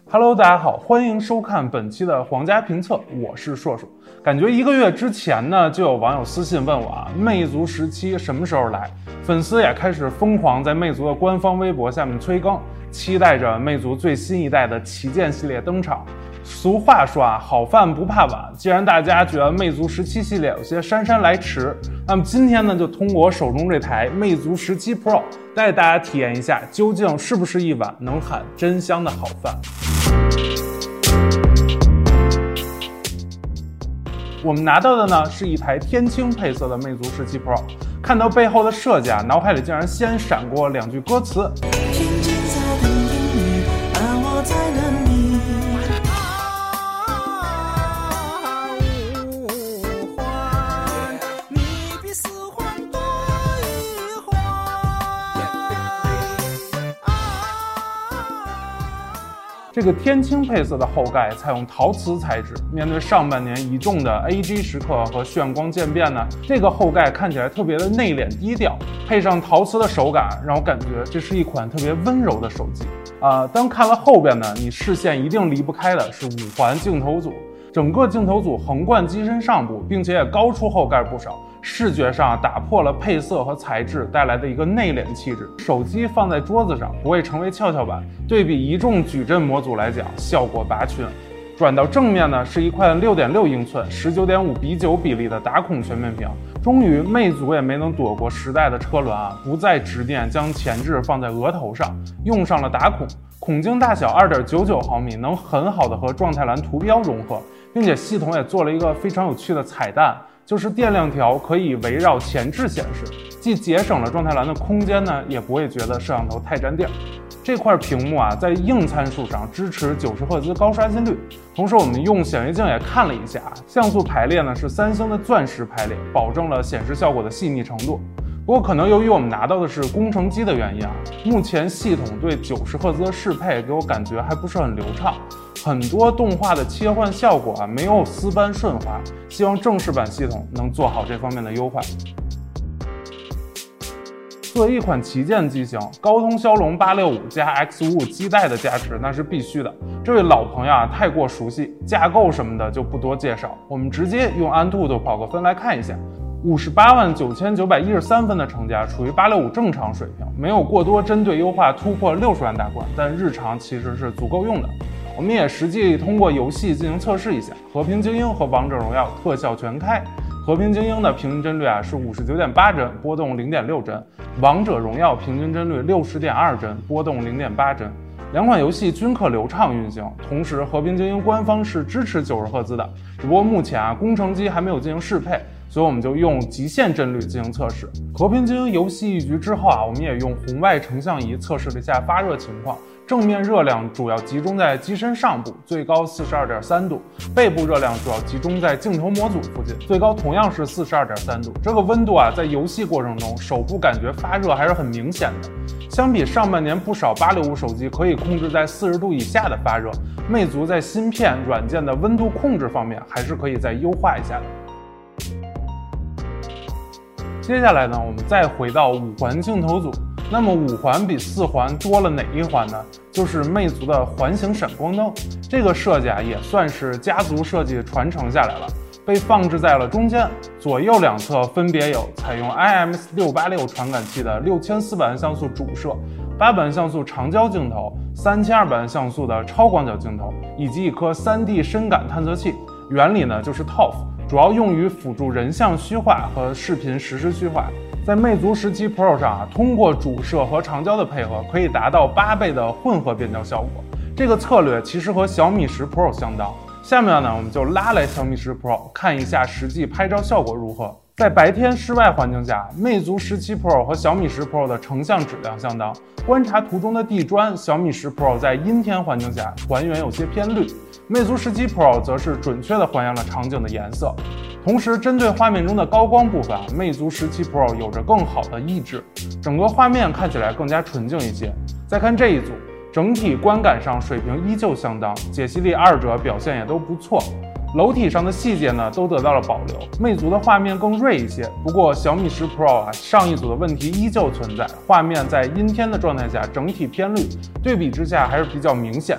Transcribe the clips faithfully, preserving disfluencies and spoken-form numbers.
Hello， 大家好，欢迎收看本期的皇家评测，我是硕硕。感觉一个月之前呢，就有网友私信问我啊，魅族十七什么时候来？粉丝也开始疯狂在魅族的官方微博下面催更，期待着魅族最新一代的旗舰系列登场。俗话说啊，好饭不怕晚。既然大家觉得魅族十七系列有些姗姗来迟，那么今天呢，就通过我手中这台魅族十七 Pro 带大家体验一下，究竟是不是一碗能喊真香的好饭。我们拿到的呢是一台天青配色的魅族十七 Pro， 看到背后的设计啊，脑海里竟然先闪过两句歌词。这个天青配色的后盖采用陶瓷材质，面对上半年一众的 A G 时刻和炫光渐变呢，这个后盖看起来特别的内敛低调，配上陶瓷的手感，让我感觉这是一款特别温柔的手机啊、呃。当看了后边呢，你视线一定离不开的是五环镜头组，整个镜头组横贯机身上部，并且也高出后盖不少。视觉上打破了配色和材质带来的一个内敛气质，手机放在桌子上不会成为跷跷板，对比一众矩阵模组来讲，效果拔群。转到正面呢，是一块 六点六英寸 十九点五比九比例的打孔全面屏。终于魅族也没能躲过时代的车轮啊，不再执念将前置放在额头上，用上了打孔，孔径大小 二点九九毫米，能很好的和状态栏图标融合，并且系统也做了一个非常有趣的彩蛋，就是电量条可以围绕前置显示，既节省了状态栏的空间呢，也不会觉得摄像头太占地儿。这块屏幕啊，在硬参数上支持九十赫兹高刷新率，同时我们用显微镜也看了一下，像素排列呢是三星的钻石排列，保证了显示效果的细腻程度。不过可能由于我们拿到的是工程机的原因啊，目前系统对九十赫兹的适配给我感觉还不是很流畅，很多动画的切换效果啊没有丝般顺滑，希望正式版系统能做好这方面的优化。作为一款旗舰机型，高通骁龙八六五加 X 五五 基带的加持那是必须的。这位老朋友啊太过熟悉，架构什么的就不多介绍，我们直接用安兔兔跑个分来看一下。五十八万九千九百一十三分的成价处于八六五正常水平，没有过多针对优化突破六十万大关，但日常其实是足够用的。我们也实际通过游戏进行测试一下，和平精英和王者荣耀特效全开。和平精英的平均帧率啊是 五十九点八帧，波动 零点六帧，王者荣耀平均帧率 六十点二帧，波动 零点八帧。两款游戏均可流畅运行，同时和平精英官方是支持九十赫兹的，只不过目前啊工程机还没有进行适配，所以我们就用极限帧率进行测试。和平精英游戏一局之后啊，我们也用红外成像仪测试了一下发热情况。正面热量主要集中在机身上部，最高 四十二点三度，背部热量主要集中在镜头模组附近，最高同样是 四十二点三度。这个温度啊，在游戏过程中手部感觉发热还是很明显的。相比上半年不少八六五手机可以控制在四十度以下的发热，魅族在芯片软件的温度控制方面还是可以再优化一下的。接下来呢，我们再回到五环镜头组。那么五环比四环多了哪一环呢？就是魅族的环形闪光灯。这个设计啊，也算是家族设计传承下来了，被放置在了中间，左右两侧分别有采用 I M X 六八六传感器的六千四百万像素主摄、八百万像素长焦镜头、三千二百万像素的超广角镜头，以及一颗 三 D 深感探测器。原理呢就是 T O F， 主要用于辅助人像虚化和视频实时虚化。在魅族十七 Pro 上啊，通过主摄和长焦的配合，可以达到八倍的混合变焦效果。这个策略其实和小米十 Pro 相当。下面呢，我们就拉来小米十 Pro 看一下实际拍照效果如何。在白天室外环境下，魅族十七 Pro 和小米十 Pro 的成像质量相当。观察图中的地砖，小米十 Pro 在阴天环境下还原有些偏绿，魅族十七 Pro 则是准确地还原了场景的颜色。同时，针对画面中的高光部分，魅族十七 Pro 有着更好的抑制，整个画面看起来更加纯净一些。再看这一组，整体观感上水平依旧相当，解析力二者表现也都不错。楼体上的细节呢都得到了保留，魅族的画面更锐一些。不过小米十 Pro 啊，上一组的问题依旧存在，画面在阴天的状态下整体偏绿，对比之下还是比较明显的。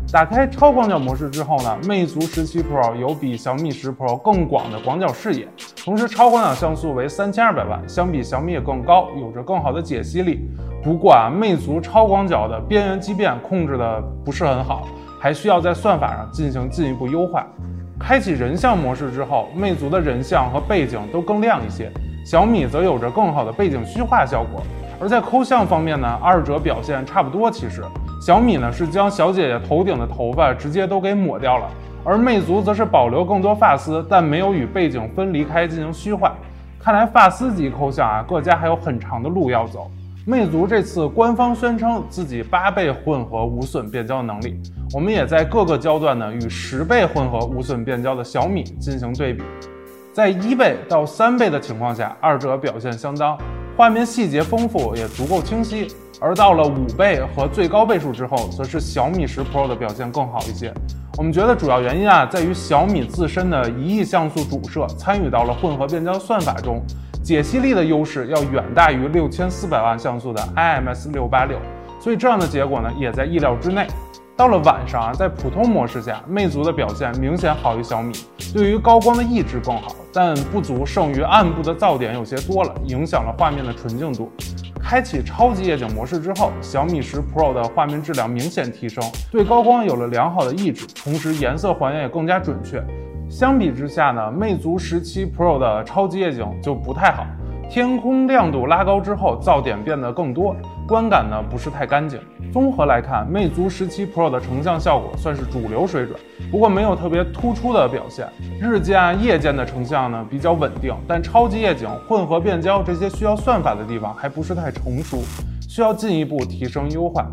打开超广角模式之后呢，魅族十七 Pro 有比小米十 Pro 更广的广角视野，同时超广角像素为三千二百万，相比小米也更高，有着更好的解析力。不过啊，魅族超广角的边缘畸变控制的不是很好，还需要在算法上进行进一步优化。开启人像模式之后，魅族的人像和背景都更亮一些，小米则有着更好的背景虚化效果。而在抠像方面呢，二者表现差不多。其实小米呢是将小姐姐头顶的头发直接都给抹掉了，而魅族则是保留更多发丝，但没有与背景分离开进行虚化。看来发丝级抠像啊，各家还有很长的路要走。魅族这次官方宣称自己八倍混合无损变焦能力，我们也在各个焦段呢与十倍混合无损变焦的小米进行对比，在一倍到三倍的情况下，二者表现相当，画面细节丰富也足够清晰。而到了五倍和最高倍数之后，则是小米十 Pro 的表现更好一些。我们觉得主要原因啊，在于小米自身的一亿像素主摄参与到了混合变焦算法中，解析力的优势要远大于六千四百万像素的 I M S 六八六，所以这样的结果呢，也在意料之内。到了晚上啊，在普通模式下，魅族的表现明显好于小米，对于高光的抑制更好，但不足胜于暗部的噪点有些多了，影响了画面的纯净度。开启超级夜景模式之后，小米十 Pro 的画面质量明显提升，对高光有了良好的抑制，同时颜色还原也更加准确。相比之下呢，魅族十七 Pro 的超级夜景就不太好，天空亮度拉高之后，噪点变得更多，观感呢不是太干净。综合来看，魅族十七 Pro 的成像效果算是主流水准，不过没有特别突出的表现。日间啊、夜间的成像呢比较稳定，但超级夜景、混合变焦这些需要算法的地方还不是太成熟，需要进一步提升优化。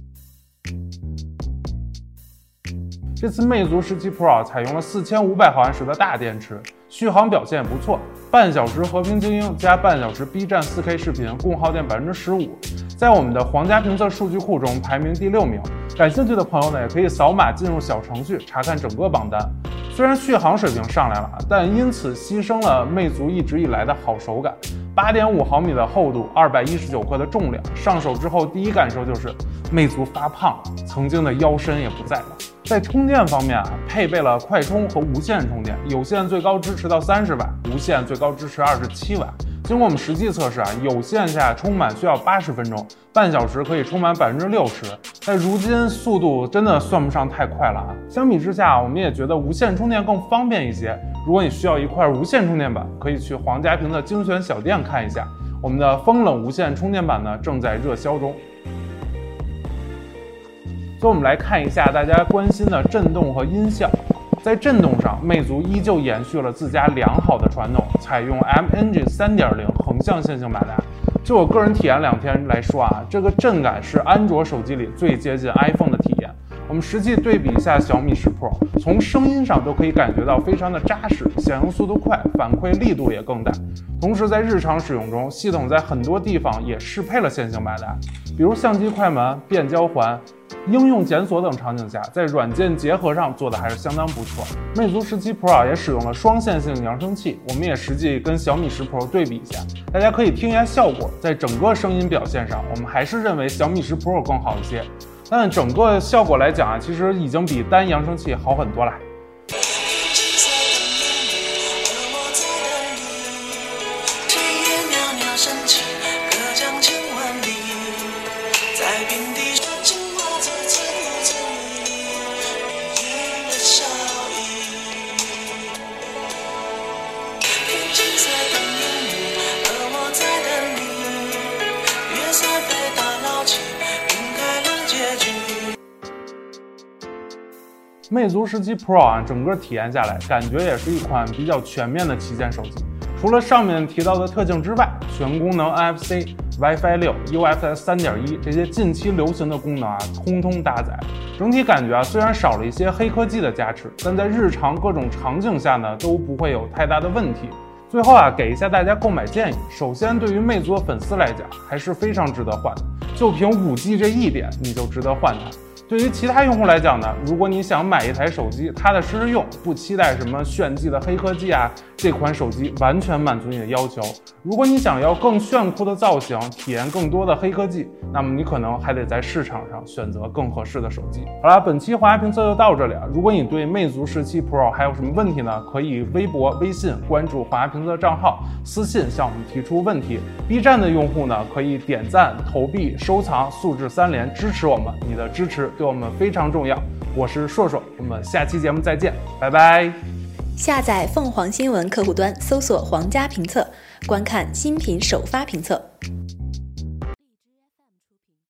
这次魅族十七 Pro 采用了四千五百毫安时的大电池，续航表现也不错，半小时和平精英加半小时 B 站 四K 视频，共耗电 百分之十五， 在我们的皇家评测数据库中排名第六名。感兴趣的朋友呢，也可以扫码进入小程序查看整个榜单。虽然续航水平上来了，但因此牺牲了魅族一直以来的好手感。八点五毫米的厚度，二百一十九克的重量，上手之后第一感受就是魅族发胖了，曾经的腰身也不在了。在充电方面啊，配备了快充和无线充电，有线最高支持到三十瓦，无线最高支持二十七瓦。经过我们实际测试啊，有线下充满需要八十分钟，半小时可以充满 百分之六十， 在如今速度真的算不上太快了啊。相比之下，我们也觉得无线充电更方便一些。如果你需要一块无线充电板，可以去皇家屏的精选小店看一下，我们的风冷无线充电板呢正在热销中。所以我们来看一下大家关心的震动和音效。在震动上，魅族依旧延续了自家良好的传统，采用 M Engine 三点零 横向线性马达。就我个人体验两天来说啊，这个震感是安卓手机里最接近 iPhone 的体验。我们实际对比一下小米十 Pro， 从声音上都可以感觉到非常的扎实，响应速度快，反馈力度也更大。同时在日常使用中，系统在很多地方也适配了线性马达，比如相机快门、变焦环、应用检索等场景下，在软件结合上做的还是相当不错。魅族十七 Pro 也使用了双线性扬声器，我们也实际跟小米十 Pro 对比一下，大家可以听一下效果。在整个声音表现上，我们还是认为小米十 Pro 更好一些，但整个效果来讲啊，其实已经比单扬声器好很多了。魅族十七 Pro 啊，整个体验下来，感觉也是一款比较全面的旗舰手机。除了上面提到的特性之外，全功能 N F C、WiFi 六、U F S 三点一 这些近期流行的功能啊，通通搭载。整体感觉啊，虽然少了一些黑科技的加持，但在日常各种场景下呢，都不会有太大的问题。最后啊，给一下大家购买建议。首先，对于魅族的粉丝来讲，还是非常值得换的。就凭 五 G 这一点，你就值得换它。 对于其他用户来讲呢，如果你想买一台手机踏踏实实用，不期待什么炫技的黑科技啊，这款手机完全满足你的要求。如果你想要更炫酷的造型，体验更多的黑科技，那么你可能还得在市场上选择更合适的手机。好了，本期华为评测就到这里了。如果你对魅族十七 Pro 还有什么问题呢，可以微博、微信关注华为评测账号，私信向我们提出问题。B 站的用户呢，可以点赞、投币、收藏，素质三连支持我们，你的支持对我们非常重要。我是硕硕，我们下期节目再见，拜拜。 下载凤凰新闻客户端，搜索皇家评测，观看新品首发评测。